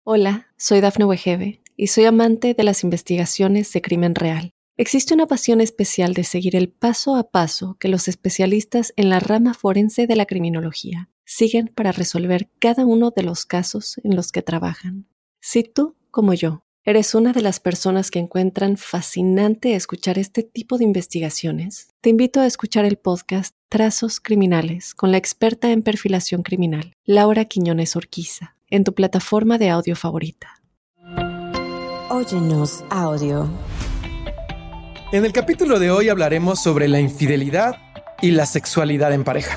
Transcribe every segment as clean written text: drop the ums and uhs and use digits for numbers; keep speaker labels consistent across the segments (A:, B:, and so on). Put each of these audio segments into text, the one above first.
A: Hola, soy Dafne Wegebe y soy amante de las investigaciones de crimen real. Existe una pasión especial de seguir el paso a paso que los especialistas en la rama forense de la criminología siguen para resolver cada uno de los casos en los que trabajan. Si tú, como yo, eres una de las personas que encuentran fascinante escuchar este tipo de investigaciones, te invito a escuchar el podcast Trazos Criminales con la experta en perfilación criminal, Laura Quiñones Orquiza, en tu plataforma de audio favorita.
B: Óyenos audio.
C: En el capítulo de hoy hablaremos sobre la infidelidad y la sexualidad en pareja.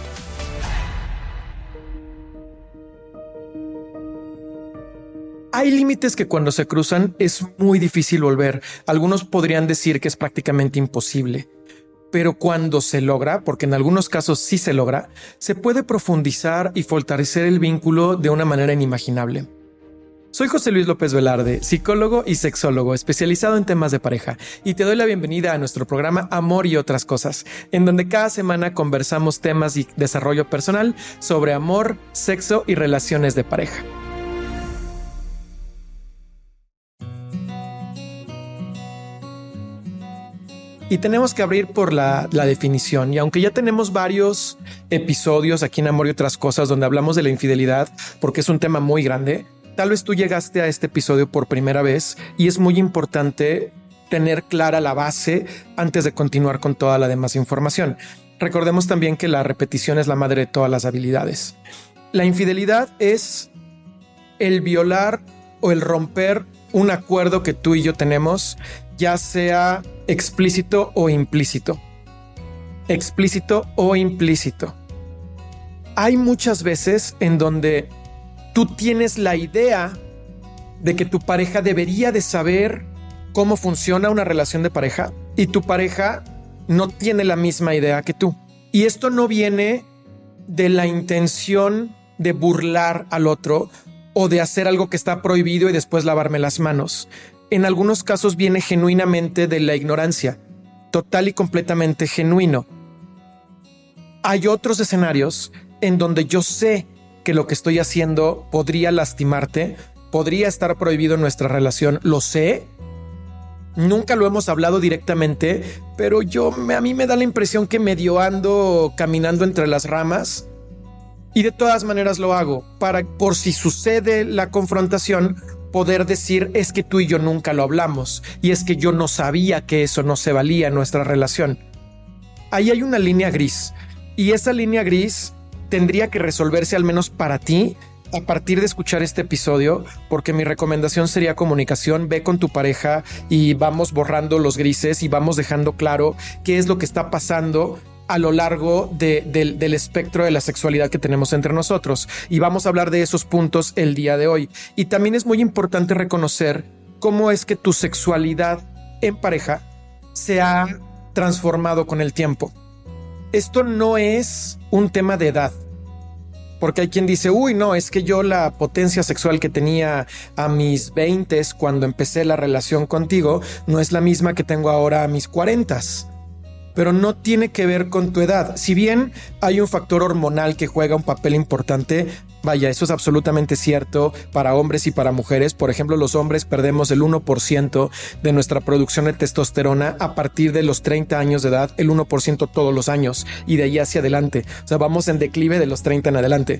C: Hay límites que cuando se cruzan es muy difícil volver. Algunos podrían decir que es prácticamente imposible. Pero cuando se logra, porque en algunos casos sí se logra, se puede profundizar y fortalecer el vínculo de una manera inimaginable. Soy José Luis López Velarde, psicólogo y sexólogo especializado en temas de pareja, y te doy la bienvenida a nuestro programa Amor y otras cosas, en donde cada semana conversamos temas y desarrollo personal sobre amor, sexo y relaciones de pareja. Y tenemos que abrir por la definición. Y aunque ya tenemos varios episodios aquí en Amor y otras cosas donde hablamos de la infidelidad, porque es un tema muy grande, tal vez tú llegaste a este episodio por primera vez y es muy importante tener clara la base antes de continuar con toda la demás información. Recordemos también que la repetición es la madre de todas las habilidades. La infidelidad es el violar o el romper un acuerdo que tú y yo tenemos, ya sea explícito o implícito. Explícito o implícito. Hay muchas veces en donde tú tienes la idea de que tu pareja debería de saber cómo funciona una relación de pareja y tu pareja no tiene la misma idea que tú. Y esto no viene de la intención de burlar al otro o de hacer algo que está prohibido y después lavarme las manos. En algunos casos viene genuinamente de la ignorancia, total y completamente genuino. Hay otros escenarios en donde yo sé que lo que estoy haciendo podría lastimarte, podría estar prohibido en nuestra relación, lo sé. Nunca lo hemos hablado directamente, pero a mí me da la impresión que medio ando caminando entre las ramas. Y de todas maneras lo hago para, por si sucede la confrontación, poder decir es que tú y yo nunca lo hablamos y es que yo no sabía que eso no se valía en nuestra relación. Ahí hay una línea gris y esa línea gris tendría que resolverse al menos para ti a partir de escuchar este episodio, porque mi recomendación sería comunicación. Ve con tu pareja y vamos borrando los grises y vamos dejando claro qué es lo que está pasando a lo largo del espectro de la sexualidad que tenemos entre nosotros. Y vamos a hablar de esos puntos el día de hoy. Y también es muy importante reconocer cómo es que tu sexualidad en pareja se ha transformado con el tiempo. Esto no es un tema de edad. Porque hay quien dice, no, es que yo la potencia sexual que tenía a mis 20s cuando empecé la relación contigo no es la misma que tengo ahora a mis 40s. Pero no tiene que ver con tu edad. Si bien hay un factor hormonal que juega un papel importante, vaya, eso es absolutamente cierto para hombres y para mujeres. Por ejemplo, los hombres perdemos el 1% de nuestra producción de testosterona a partir de los 30 años de edad, el 1% todos los años y de ahí hacia adelante. O sea, vamos en declive de los 30 en adelante.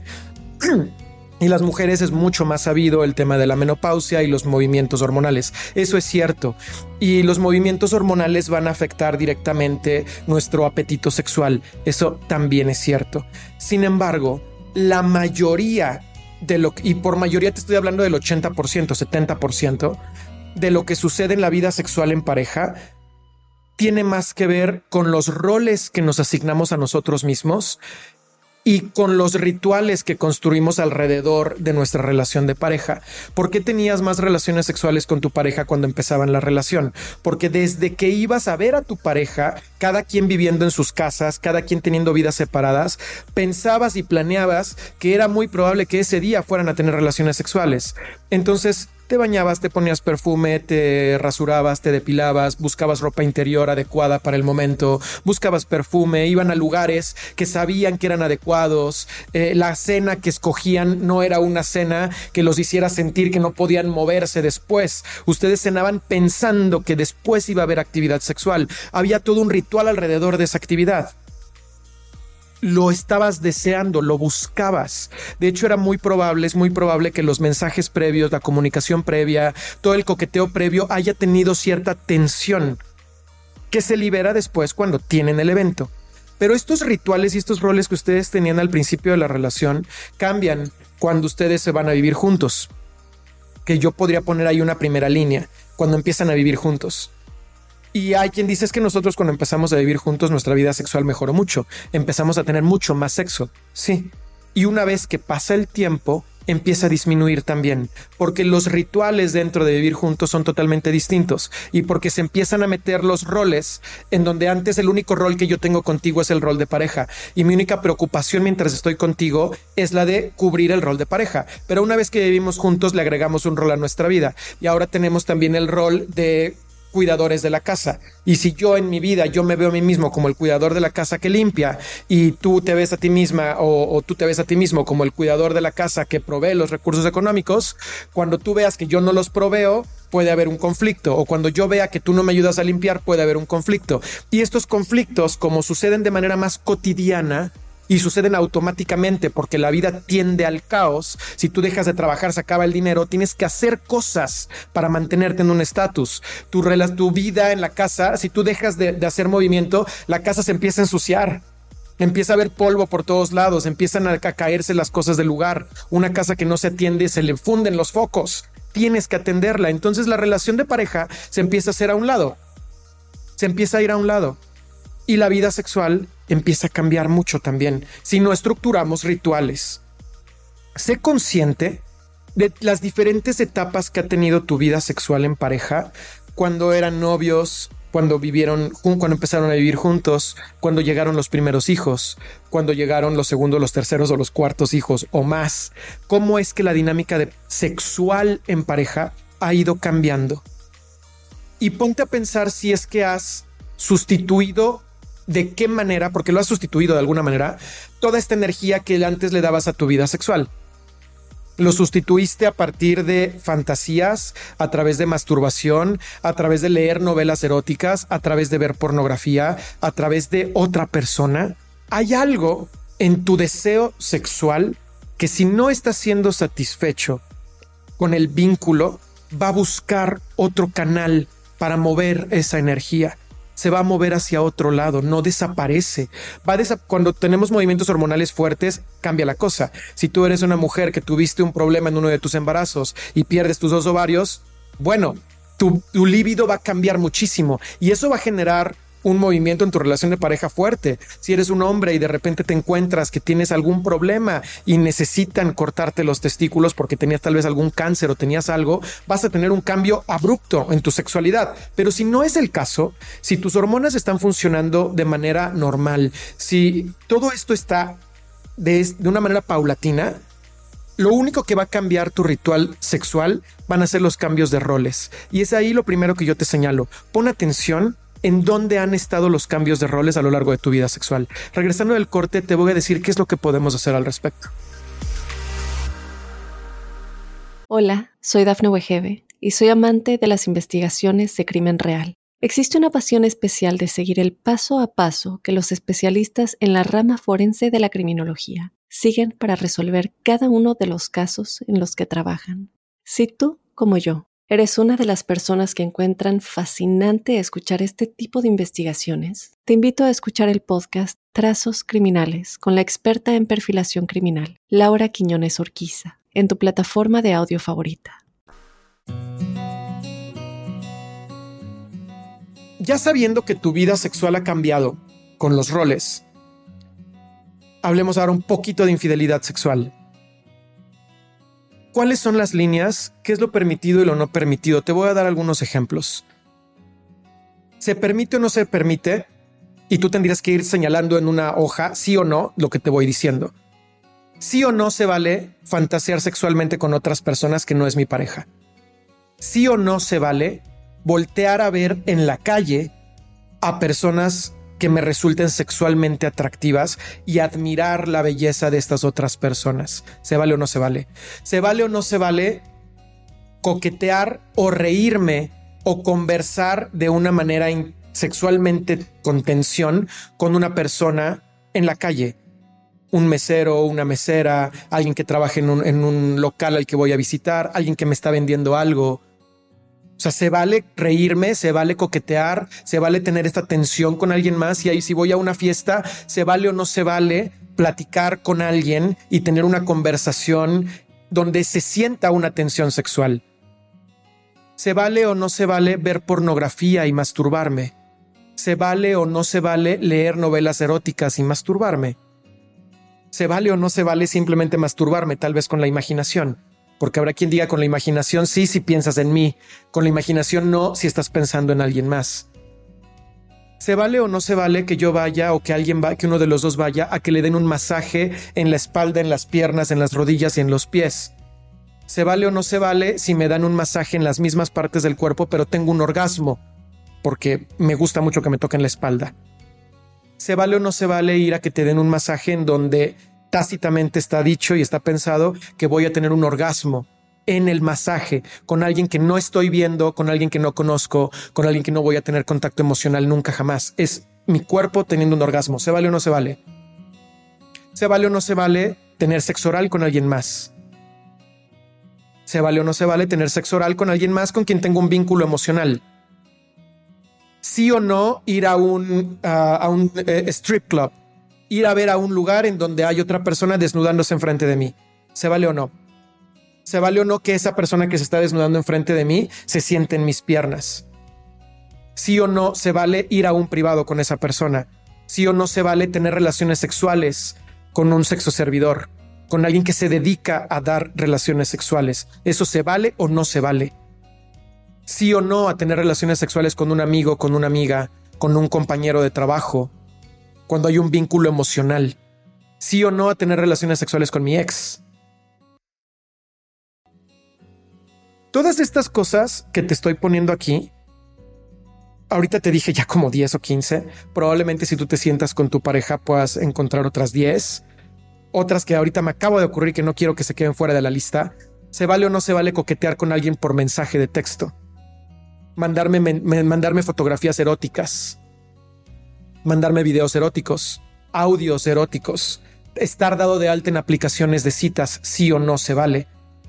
C: Y las mujeres es mucho más sabido el tema de la menopausia y los movimientos hormonales. Eso es cierto. Y los movimientos hormonales van a afectar directamente nuestro apetito sexual. Eso también es cierto. Sin embargo, la mayoría y por mayoría te estoy hablando del 80%, 70% de lo que sucede en la vida sexual en pareja tiene más que ver con los roles que nos asignamos a nosotros mismos y con los rituales que construimos alrededor de nuestra relación de pareja. ¿Por qué tenías más relaciones sexuales con tu pareja cuando empezaban la relación? Porque desde que ibas a ver a tu pareja, cada quien viviendo en sus casas, cada quien teniendo vidas separadas, pensabas y planeabas que era muy probable que ese día fueran a tener relaciones sexuales. Entonces, Te bañabas, te ponías perfume, te rasurabas, te depilabas, buscabas ropa interior adecuada para el momento, buscabas perfume, iban a lugares que sabían que eran adecuados. La cena que escogían no era una cena que los hiciera sentir que no podían moverse después. Ustedes cenaban pensando que después iba a haber actividad sexual. Había todo un ritual alrededor de esa actividad. Lo estabas deseando, lo buscabas. De hecho, es muy probable que los mensajes previos, la comunicación previa, todo el coqueteo previo haya tenido cierta tensión que se libera después cuando tienen el evento. Pero estos rituales y estos roles que ustedes tenían al principio de la relación cambian cuando ustedes se van a vivir juntos. Que yo podría poner ahí una primera línea, cuando empiezan a vivir juntos. Y hay quien dice es que nosotros cuando empezamos a vivir juntos nuestra vida sexual mejoró mucho. Empezamos a tener mucho más sexo. Sí. Y una vez que pasa el tiempo, empieza a disminuir también. Porque los rituales dentro de vivir juntos son totalmente distintos. Y porque se empiezan a meter los roles en donde antes el único rol que yo tengo contigo es el rol de pareja. Y mi única preocupación mientras estoy contigo es la de cubrir el rol de pareja. Pero una vez que vivimos juntos le agregamos un rol a nuestra vida. Y ahora tenemos también el rol de cuidadores de la casa. Y si yo en mi vida yo me veo a mí mismo como el cuidador de la casa que limpia y tú te ves a ti misma o tú te ves a ti mismo como el cuidador de la casa que provee los recursos económicos, cuando tú veas que yo no los proveo, puede haber un conflicto, o cuando yo vea que tú no me ayudas a limpiar, puede haber un conflicto. Y estos conflictos, como suceden de manera más cotidiana, y suceden automáticamente porque la vida tiende al caos. Si tú dejas de trabajar, se acaba el dinero, tienes que hacer cosas para mantenerte en un estatus. Tu vida en la casa, si tú dejas de hacer movimiento, la casa se empieza a ensuciar. Empieza a haber polvo por todos lados, empiezan a caerse las cosas del lugar. Una casa que no se atiende, se le funden los focos. Tienes que atenderla. Entonces la relación de pareja se empieza a hacer a un lado. Se empieza a ir a un lado. Y la vida sexual empieza a cambiar mucho también si no estructuramos rituales. Sé consciente de las diferentes etapas que ha tenido tu vida sexual en pareja, cuando eran novios, cuando empezaron a vivir juntos, cuando llegaron los primeros hijos, cuando llegaron los segundos, los terceros o los cuartos hijos o más. ¿Cómo es que la dinámica sexual en pareja ha ido cambiando? Y ponte a pensar si es que has sustituido, de qué manera, porque lo has sustituido de alguna manera, toda esta energía que antes le dabas a tu vida sexual. Lo sustituiste a partir de fantasías, a través de masturbación, a través de leer novelas eróticas, a través de ver pornografía, a través de otra persona. Hay algo en tu deseo sexual que, si no estás siendo satisfecho con el vínculo, va a buscar otro canal para mover esa energía. Se va a mover hacia otro lado, no desaparece. Cuando tenemos movimientos hormonales fuertes, cambia la cosa. Si tú eres una mujer que tuviste un problema en uno de tus embarazos y pierdes tus 2 ovarios, bueno, tu líbido va a cambiar muchísimo y eso va a generar un movimiento en tu relación de pareja fuerte. Si eres un hombre y de repente te encuentras que tienes algún problema y necesitan cortarte los testículos porque tenías tal vez algún cáncer o tenías algo, vas a tener un cambio abrupto en tu sexualidad. Pero si no es el caso, si tus hormonas están funcionando de manera normal, si todo esto está de una manera paulatina, lo único que va a cambiar tu ritual sexual van a ser los cambios de roles. Y es ahí lo primero que yo te señalo. Pon atención en dónde han estado los cambios de roles a lo largo de tu vida sexual. Regresando del corte, te voy a decir qué es lo que podemos hacer al respecto.
A: Hola, soy Dafne Wegebe y soy amante de las investigaciones de crimen real. Existe una pasión especial de seguir el paso a paso que los especialistas en la rama forense de la criminología siguen para resolver cada uno de los casos en los que trabajan. Si tú, como yo, ¿eres una de las personas que encuentran fascinante escuchar este tipo de investigaciones? Te invito a escuchar el podcast Trazos Criminales con la experta en perfilación criminal, Laura Quiñones Orquiza, en tu plataforma de audio favorita.
C: Ya sabiendo que tu vida sexual ha cambiado con los roles, hablemos ahora un poquito de infidelidad sexual. ¿Cuáles son las líneas? ¿Qué es lo permitido y lo no permitido? Te voy a dar algunos ejemplos. ¿Se permite o no se permite? Y tú tendrías que ir señalando en una hoja, sí o no, lo que te voy diciendo. Sí o no se vale fantasear sexualmente con otras personas que no es mi pareja. sí o no se vale voltear a ver en la calle a personas que me resulten sexualmente atractivas y admirar la belleza de estas otras personas. ¿Se vale o no se vale? ¿Se vale o no se vale coquetear o reírme o conversar de una manera sexualmente con tensión con una persona en la calle? Un mesero, una mesera, alguien que trabaje en un local al que voy a visitar, alguien que me está vendiendo algo. O sea, se vale reírme, se vale coquetear, se vale tener esta tensión con alguien más. Y ahí, si voy a una fiesta, se vale o no se vale platicar con alguien y tener una conversación donde se sienta una tensión sexual. ¿Se vale o no se vale ver pornografía y masturbarme? ¿Se vale o no se vale leer novelas eróticas y masturbarme? ¿Se vale o no se vale simplemente masturbarme, tal vez con la imaginación? Porque habrá quien diga, con la imaginación sí, si piensas en mí. Con la imaginación no, si estás pensando en alguien más. ¿Se vale o no se vale que yo vaya o que alguien va, que uno de los dos vaya a que le den un masaje en la espalda, en las piernas, en las rodillas y en los pies? ¿Se vale o no se vale si me dan un masaje en las mismas partes del cuerpo, pero tengo un orgasmo? Porque me gusta mucho que me toquen la espalda. ¿Se vale o no se vale ir a que te den un masaje en donde tácitamente está dicho y está pensado que voy a tener un orgasmo en el masaje con alguien que no estoy viendo, con alguien que no conozco, con alguien que no voy a tener contacto emocional nunca jamás? Es mi cuerpo teniendo un orgasmo. ¿Se vale o no se vale? ¿Se vale o no se vale tener sexo oral con alguien más? ¿Se vale o no se vale tener sexo oral con alguien más con quien tengo un vínculo emocional? ¿Sí o no ir a un strip club? Ir a ver a un lugar en donde hay otra persona desnudándose enfrente de mí. ¿Se vale o no? ¿Se vale o no que esa persona que se está desnudando enfrente de mí se siente en mis piernas? ¿Sí o no se vale ir a un privado con esa persona? ¿Sí o no se vale tener relaciones sexuales con un sexo servidor, con alguien que se dedica a dar relaciones sexuales? ¿Eso se vale o no se vale? ¿Sí o no a tener relaciones sexuales con un amigo, con una amiga, con un compañero de trabajo, cuando hay un vínculo emocional? ¿Sí o no a tener relaciones sexuales con mi ex? Todas estas cosas que te estoy poniendo aquí, ahorita te dije ya como 10 o 15. Probablemente si tú te sientas con tu pareja puedas encontrar otras 10. Otras que ahorita me acabo de ocurrir que no quiero que se queden fuera de la lista. ¿Se vale o no se vale coquetear con alguien por mensaje de texto? Mandarme fotografías eróticas. Mandarme videos eróticos. Audios eróticos. Estar dado de alta en aplicaciones de citas. ¿Sí o no se vale?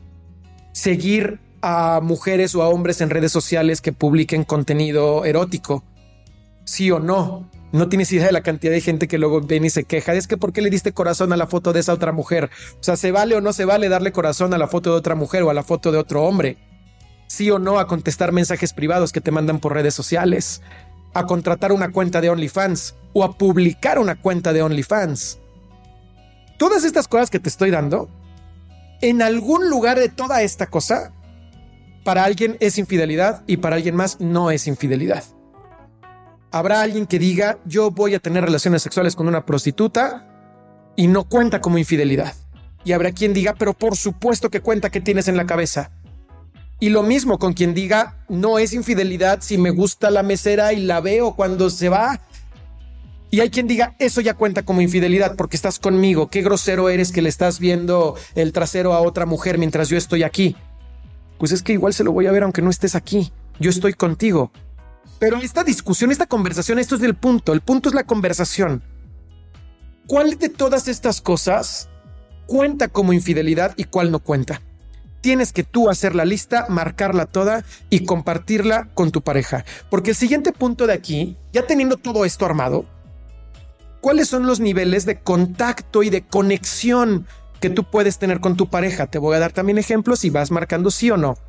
C: Seguir a mujeres o a hombres en redes sociales que publiquen contenido erótico. ¿Sí o no? No tienes idea de la cantidad de gente que luego viene y se queja. Es que ¿por qué le diste corazón a la foto de esa otra mujer? O sea, ¿se vale o no se vale darle corazón a la foto de otra mujer o a la foto de otro hombre? ¿Sí o no a contestar mensajes privados que te mandan por redes sociales? ¿A contratar una cuenta de OnlyFans o a publicar una cuenta de OnlyFans? Todas estas cosas que te estoy dando, en algún lugar de toda esta cosa, para alguien es infidelidad y para alguien más no es infidelidad. Habrá alguien que diga, yo voy a tener relaciones sexuales con una prostituta y no cuenta como infidelidad. Y habrá quien diga, pero por supuesto que cuenta, ¿qué tienes en la cabeza? Y lo mismo con quien diga, no es infidelidad si me gusta la mesera y la veo cuando se va. Y hay quien diga, eso ya cuenta como infidelidad porque estás conmigo. Qué grosero eres que le estás viendo el trasero a otra mujer mientras yo estoy aquí. Pues es que igual se lo voy a ver aunque no estés aquí. Yo estoy contigo. Pero esta discusión, esta conversación, esto es el punto es la conversación. ¿Cuál de todas estas cosas cuenta como infidelidad y cuál no cuenta? Tienes que tú hacer la lista, marcarla toda y compartirla con tu pareja. Porque el siguiente punto de aquí, ya teniendo todo esto armado, ¿cuáles son los niveles de contacto y de conexión que tú puedes tener con tu pareja? Te voy a dar también ejemplos y vas marcando sí o no.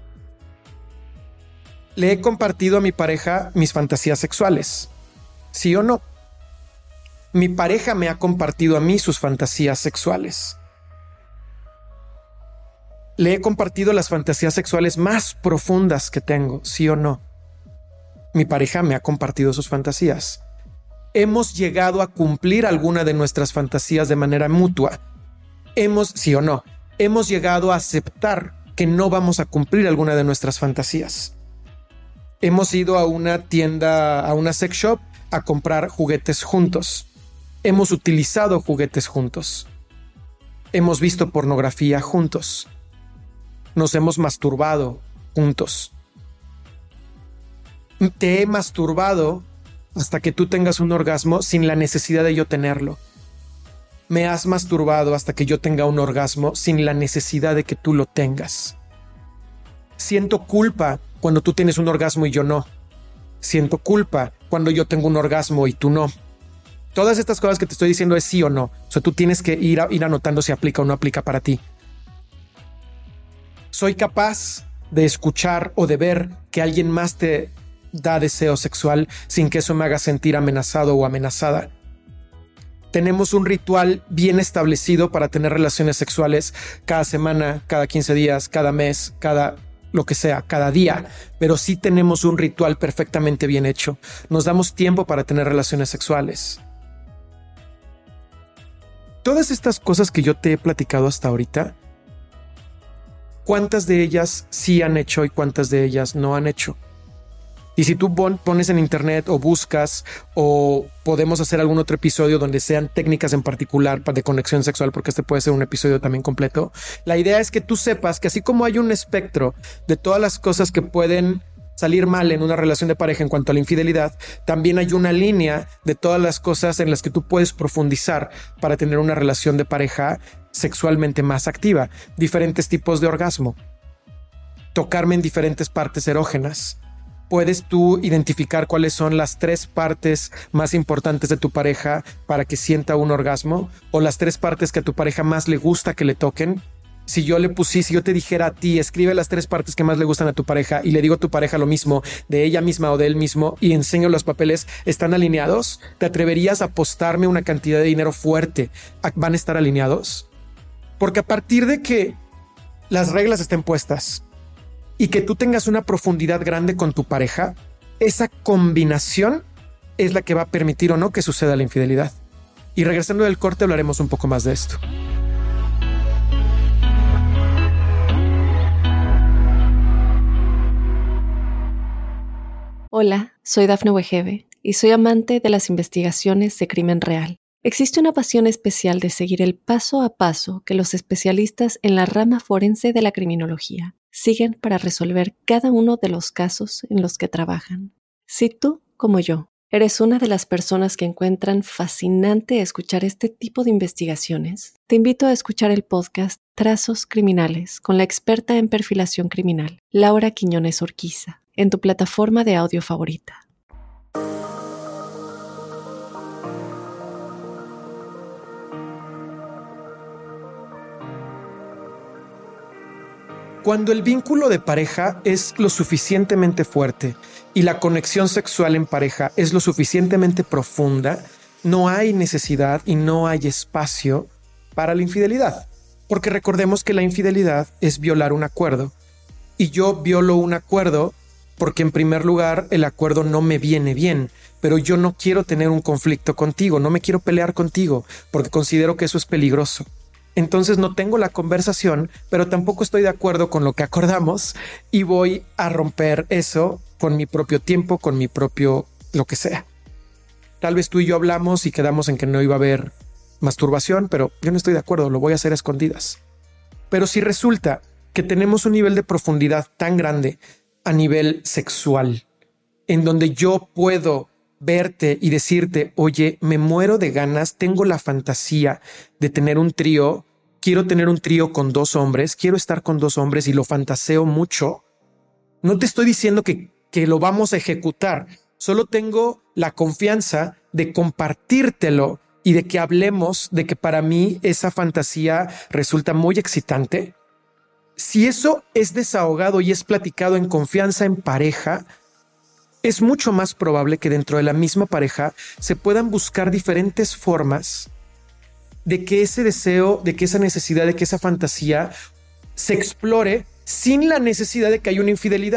C: Le he compartido a mi pareja mis fantasías sexuales. ¿Sí o no? Mi pareja me ha compartido a mí sus fantasías sexuales. Le he compartido las fantasías sexuales más profundas que tengo. ¿Sí o no? Mi pareja me ha compartido sus fantasías. Hemos llegado a cumplir alguna de nuestras fantasías de manera mutua. ¿Sí o no? Hemos llegado a aceptar que no vamos a cumplir alguna de nuestras fantasías. Hemos ido a una tienda, a una sex shop, a comprar juguetes juntos. Hemos utilizado juguetes juntos. Hemos visto pornografía juntos. Nos hemos masturbado juntos. Te he masturbado hasta que tú tengas un orgasmo sin la necesidad de yo tenerlo. Me has masturbado hasta que yo tenga un orgasmo sin la necesidad de que tú lo tengas. Siento culpa cuando tú tienes un orgasmo y yo no. Siento culpa cuando yo tengo un orgasmo y tú no. Todas estas cosas que te estoy diciendo es sí o no. O sea, tú tienes que ir anotando si aplica o no aplica para ti. Soy capaz de escuchar o de ver que alguien más te da deseo sexual sin que eso me haga sentir amenazado o amenazada. Tenemos un ritual bien establecido para tener relaciones sexuales cada semana, cada 15 días, cada mes, cada lo que sea, cada día, pero sí tenemos un ritual perfectamente bien hecho. Nos damos tiempo para tener relaciones sexuales. Todas estas cosas que yo te he platicado hasta ahorita, ¿cuántas de ellas sí han hecho y cuántas de ellas no han hecho? Y si tú pones en internet o buscas, o podemos hacer algún otro episodio donde sean técnicas en particular de conexión sexual, porque este puede ser un episodio también completo. La idea es que tú sepas que así como hay un espectro de todas las cosas que pueden salir mal en una relación de pareja en cuanto a la infidelidad, también hay una línea de todas las cosas en las que tú puedes profundizar para tener una relación de pareja sexualmente más activa. Diferentes tipos de orgasmo. Tocarme en diferentes partes erógenas. Puedes tú identificar cuáles son las 3 partes más importantes de tu pareja para que sienta un orgasmo, o las 3 partes que a tu pareja más le gusta que le toquen. Si yo te dijera a ti, escribe las 3 partes que más le gustan a tu pareja, y le digo a tu pareja lo mismo de ella misma o de él mismo, y enseño los papeles, ¿están alineados? ¿Te atreverías a apostarme una cantidad de dinero fuerte? ¿Van a estar alineados? Porque a partir de que las reglas estén puestas y que tú tengas una profundidad grande con tu pareja, esa combinación es la que va a permitir o no que suceda la infidelidad. Y regresando del corte hablaremos un poco más de esto.
A: Hola, soy Dafne Wegebe y soy amante de las investigaciones de crimen real. Existe una pasión especial de seguir el paso a paso que los especialistas en la rama forense de la criminología siguen para resolver cada uno de los casos en los que trabajan. Si tú, como yo, eres una de las personas que encuentran fascinante escuchar este tipo de investigaciones, te invito a escuchar el podcast Trazos Criminales con la experta en perfilación criminal, Laura Quiñones Orquiza, en tu plataforma de audio favorita.
C: Cuando el vínculo de pareja es lo suficientemente fuerte y la conexión sexual en pareja es lo suficientemente profunda, no hay necesidad y no hay espacio para la infidelidad. Porque recordemos que la infidelidad es violar un acuerdo. Y yo violo un acuerdo porque, en primer lugar, el acuerdo no me viene bien, pero yo no quiero tener un conflicto contigo, no me quiero pelear contigo porque considero que eso es peligroso. Entonces no tengo la conversación, pero tampoco estoy de acuerdo con lo que acordamos y voy a romper eso con mi propio tiempo, con mi propio lo que sea. Tal vez tú y yo hablamos y quedamos en que no iba a haber masturbación, pero yo no estoy de acuerdo, lo voy a hacer a escondidas. Pero si resulta que tenemos un nivel de profundidad tan grande a nivel sexual, en donde yo puedo verte y decirte, oye, me muero de ganas, tengo la fantasía de tener un trío, quiero tener un trío con 2 hombres, quiero estar con 2 hombres y lo fantaseo mucho. No te estoy diciendo que lo vamos a ejecutar, solo tengo la confianza de compartírtelo y de que hablemos de que para mí esa fantasía resulta muy excitante. Si eso es desahogado y es platicado en confianza en pareja, es mucho más probable que dentro de la misma pareja se puedan buscar diferentes formas de que ese deseo, de que esa necesidad, de que esa fantasía se explore sin la necesidad de que haya una infidelidad.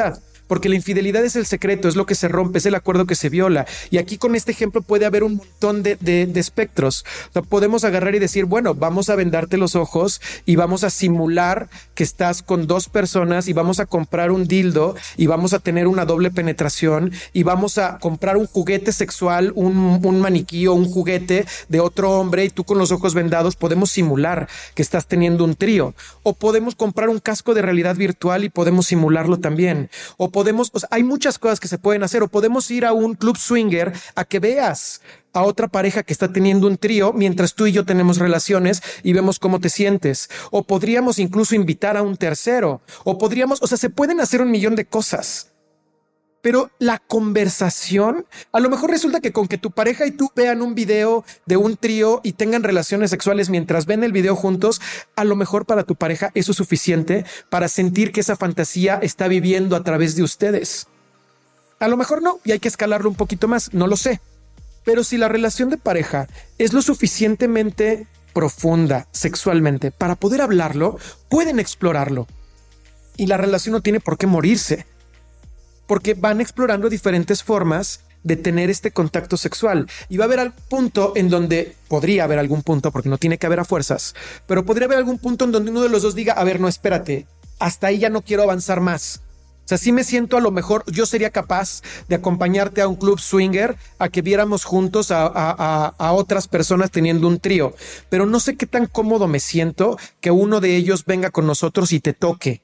C: porque la infidelidad es el secreto, es lo que se rompe, es el acuerdo que se viola. Y aquí con este ejemplo puede haber un montón de espectros. O sea, podemos agarrar y decir, bueno, vamos a vendarte los ojos y vamos a simular que estás con dos personas y vamos a comprar un dildo y vamos a tener una doble penetración y vamos a comprar un juguete sexual, un maniquí o un juguete de otro hombre, y tú con los ojos vendados podemos simular que estás teniendo un trío. O podemos comprar un casco de realidad virtual y podemos simularlo también. O sea, hay muchas cosas que se pueden hacer. O podemos ir a un club swinger a que veas a otra pareja que está teniendo un trío mientras tú y yo tenemos relaciones y vemos cómo te sientes. O podríamos incluso invitar a un tercero. O sea, se pueden hacer un millón de cosas. Pero la conversación, a lo mejor resulta que con que tu pareja y tú vean un video de un trío y tengan relaciones sexuales mientras ven el video juntos, a lo mejor para tu pareja eso es suficiente para sentir que esa fantasía está viviendo a través de ustedes. A lo mejor no, y hay que escalarlo un poquito más, no lo sé. Pero si la relación de pareja es lo suficientemente profunda sexualmente para poder hablarlo, pueden explorarlo. Y la relación no tiene por qué morirse, porque van explorando diferentes formas de tener este contacto sexual. Y va a haber algún punto en donde, podría haber algún punto, porque no tiene que haber a fuerzas, pero podría haber algún punto en donde uno de los dos diga, a ver, no, espérate, hasta ahí ya no quiero avanzar más. O sea, sí me siento, a lo mejor yo sería capaz de acompañarte a un club swinger, a que viéramos juntos a otras personas teniendo un trío, pero no sé qué tan cómodo me siento que uno de ellos venga con nosotros y te toque.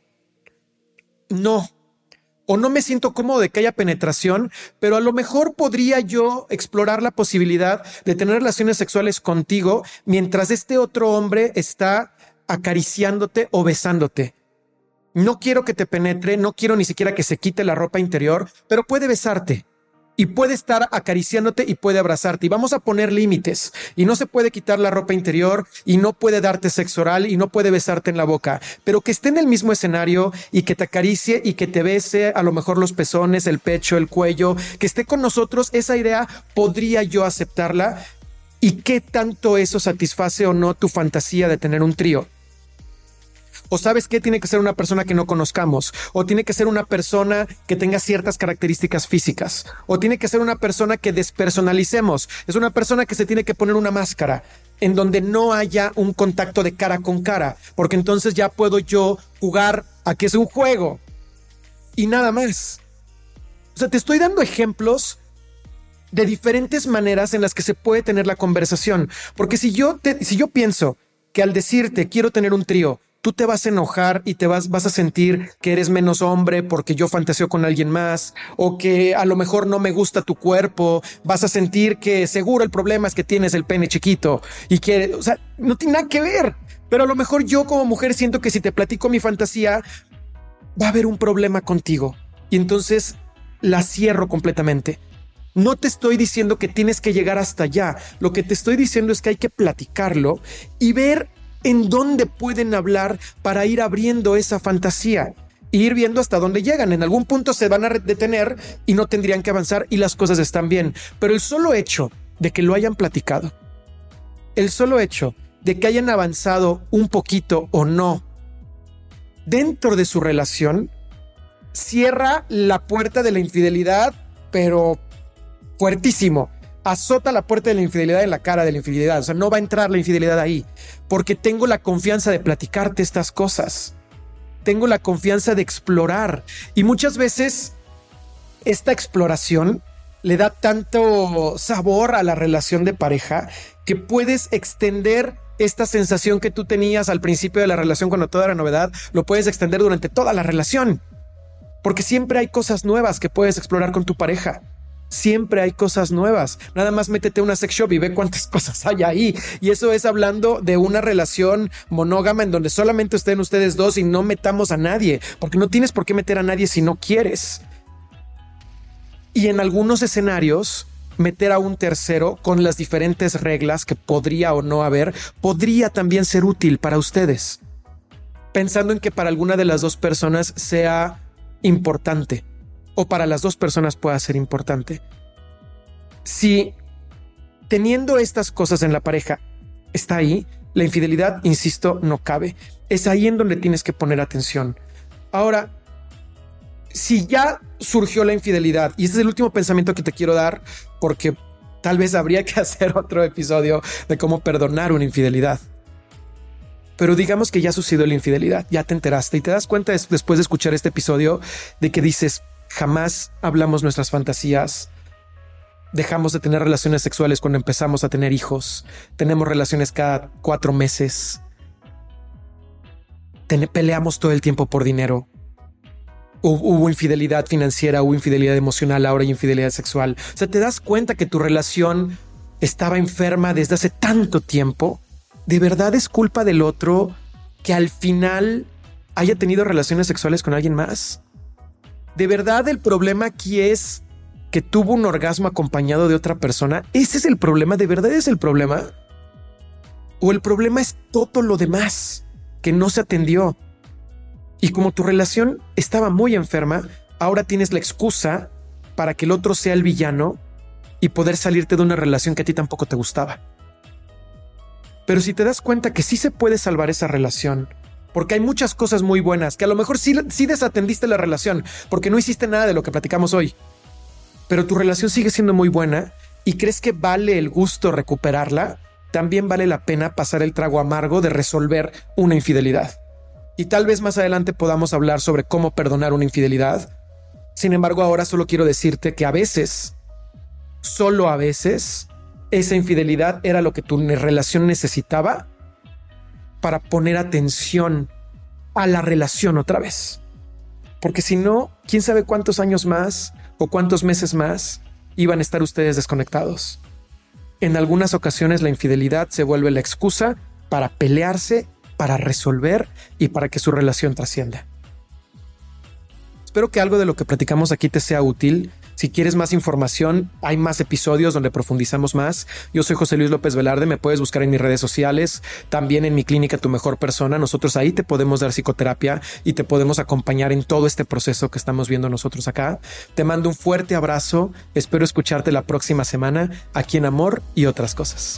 C: No. O no me siento cómodo de que haya penetración, pero a lo mejor podría yo explorar la posibilidad de tener relaciones sexuales contigo mientras este otro hombre está acariciándote o besándote. No quiero que te penetre, no quiero ni siquiera que se quite la ropa interior, pero puede besarte. Y puede estar acariciándote y puede abrazarte. Y vamos a poner límites. Y no se puede quitar la ropa interior y no puede darte sexo oral y no puede besarte en la boca. Pero que esté en el mismo escenario y que te acaricie y que te bese a lo mejor los pezones, el pecho, el cuello. Que esté con nosotros. Esa idea podría yo aceptarla. ¿Y qué tanto eso satisface o no tu fantasía de tener un trío? O sabes qué, tiene que ser una persona que no conozcamos, o tiene que ser una persona que tenga ciertas características físicas, o tiene que ser una persona que despersonalicemos. Es una persona que se tiene que poner una máscara en donde no haya un contacto de cara con cara, porque entonces ya puedo yo jugar a que es un juego y nada más. O sea, te estoy dando ejemplos de diferentes maneras en las que se puede tener la conversación, porque si yo pienso que al decirte quiero tener un trío, tú te vas a enojar y te vas a sentir que eres menos hombre porque yo fantaseo con alguien más, o que a lo mejor no me gusta tu cuerpo, vas a sentir que seguro el problema es que tienes el pene chiquito y que, o sea, no tiene nada que ver. Pero a lo mejor yo como mujer siento que si te platico mi fantasía, va a haber un problema contigo y entonces la cierro completamente. No te estoy diciendo que tienes que llegar hasta allá. Lo que te estoy diciendo es que hay que platicarlo y ver en dónde pueden hablar para ir abriendo esa fantasía e ir viendo hasta dónde llegan. En algún punto se van a detener y no tendrían que avanzar y las cosas están bien. Pero el solo hecho de que lo hayan platicado, el solo hecho de que hayan avanzado un poquito o no dentro de su relación, cierra la puerta de la infidelidad, pero fuertísimo. Azota la puerta de la infidelidad en la cara de la infidelidad. O sea, no va a entrar la infidelidad ahí, porque tengo la confianza de platicarte estas cosas. Tengo la confianza de explorar. Y muchas veces esta exploración le da tanto sabor a la relación de pareja que puedes extender esta sensación que tú tenías al principio de la relación cuando todo era novedad, lo puedes extender durante toda la relación. Porque siempre hay cosas nuevas que puedes explorar con tu pareja. Siempre hay cosas nuevas. Nada más métete a una sex shop y ve cuántas cosas hay ahí. Y eso es hablando de una relación monógama en donde solamente estén ustedes dos y no metamos a nadie, porque no tienes por qué meter a nadie si no quieres. Y en algunos escenarios, meter a un tercero con las diferentes reglas que podría o no haber, podría también ser útil para ustedes, pensando en que para alguna de las dos personas sea importante, o para las dos personas pueda ser importante. Si teniendo estas cosas en la pareja está ahí, la infidelidad, insisto, no cabe. Es ahí en donde tienes que poner atención. Ahora, si ya surgió la infidelidad, y este es el último pensamiento que te quiero dar, porque tal vez habría que hacer otro episodio de cómo perdonar una infidelidad. Pero digamos que ya sucedió la infidelidad, ya te enteraste y te das cuenta después de escuchar este episodio de que dices, jamás hablamos nuestras fantasías, dejamos de tener relaciones sexuales cuando empezamos a tener hijos, tenemos relaciones cada 4 meses, peleamos todo el tiempo por dinero. Hubo infidelidad financiera, hubo infidelidad emocional, ahora hay infidelidad sexual. O sea, te das cuenta que tu relación estaba enferma desde hace tanto tiempo. ¿De verdad es culpa del otro que al final haya tenido relaciones sexuales con alguien más? ¿De verdad el problema aquí es que tuvo un orgasmo acompañado de otra persona? ¿Ese es el problema? ¿De verdad es el problema? ¿O el problema es todo lo demás que no se atendió? Y como tu relación estaba muy enferma, ahora tienes la excusa para que el otro sea el villano y poder salirte de una relación que a ti tampoco te gustaba. Pero si te das cuenta que sí se puede salvar esa relación, porque hay muchas cosas muy buenas, que a lo mejor sí desatendiste la relación, porque no hiciste nada de lo que platicamos hoy, pero tu relación sigue siendo muy buena y crees que vale el gusto recuperarla, también vale la pena pasar el trago amargo de resolver una infidelidad. Y tal vez más adelante podamos hablar sobre cómo perdonar una infidelidad. Sin embargo, ahora solo quiero decirte que a veces, solo a veces, esa infidelidad era lo que tu relación necesitaba para poner atención a la relación otra vez. Porque si no, quién sabe cuántos años más o cuántos meses más iban a estar ustedes desconectados. En algunas ocasiones la infidelidad se vuelve la excusa para pelearse, para resolver y para que su relación trascienda. Espero que algo de lo que platicamos aquí te sea útil. Si quieres más información, hay más episodios donde profundizamos más. Yo soy José Luis López Velarde, me puedes buscar en mis redes sociales, también en mi clínica Tu Mejor Persona. Nosotros ahí te podemos dar psicoterapia y te podemos acompañar en todo este proceso que estamos viendo nosotros acá. Te mando un fuerte abrazo, espero escucharte la próxima semana aquí en Amor y Otras Cosas.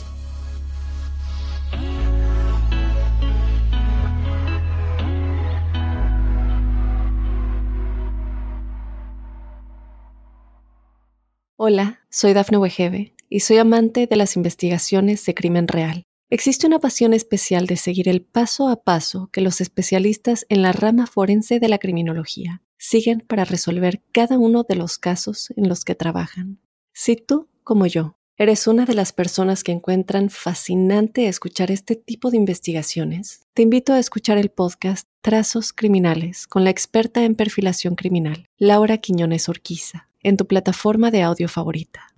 A: Hola, soy Dafne Wegebe y soy amante de las investigaciones de crimen real. Existe una pasión especial de seguir el paso a paso que los especialistas en la rama forense de la criminología siguen para resolver cada uno de los casos en los que trabajan. Si tú, como yo, eres una de las personas que encuentran fascinante escuchar este tipo de investigaciones, te invito a escuchar el podcast Trazos Criminales con la experta en perfilación criminal, Laura Quiñones Orquiza, en tu plataforma de audio favorita.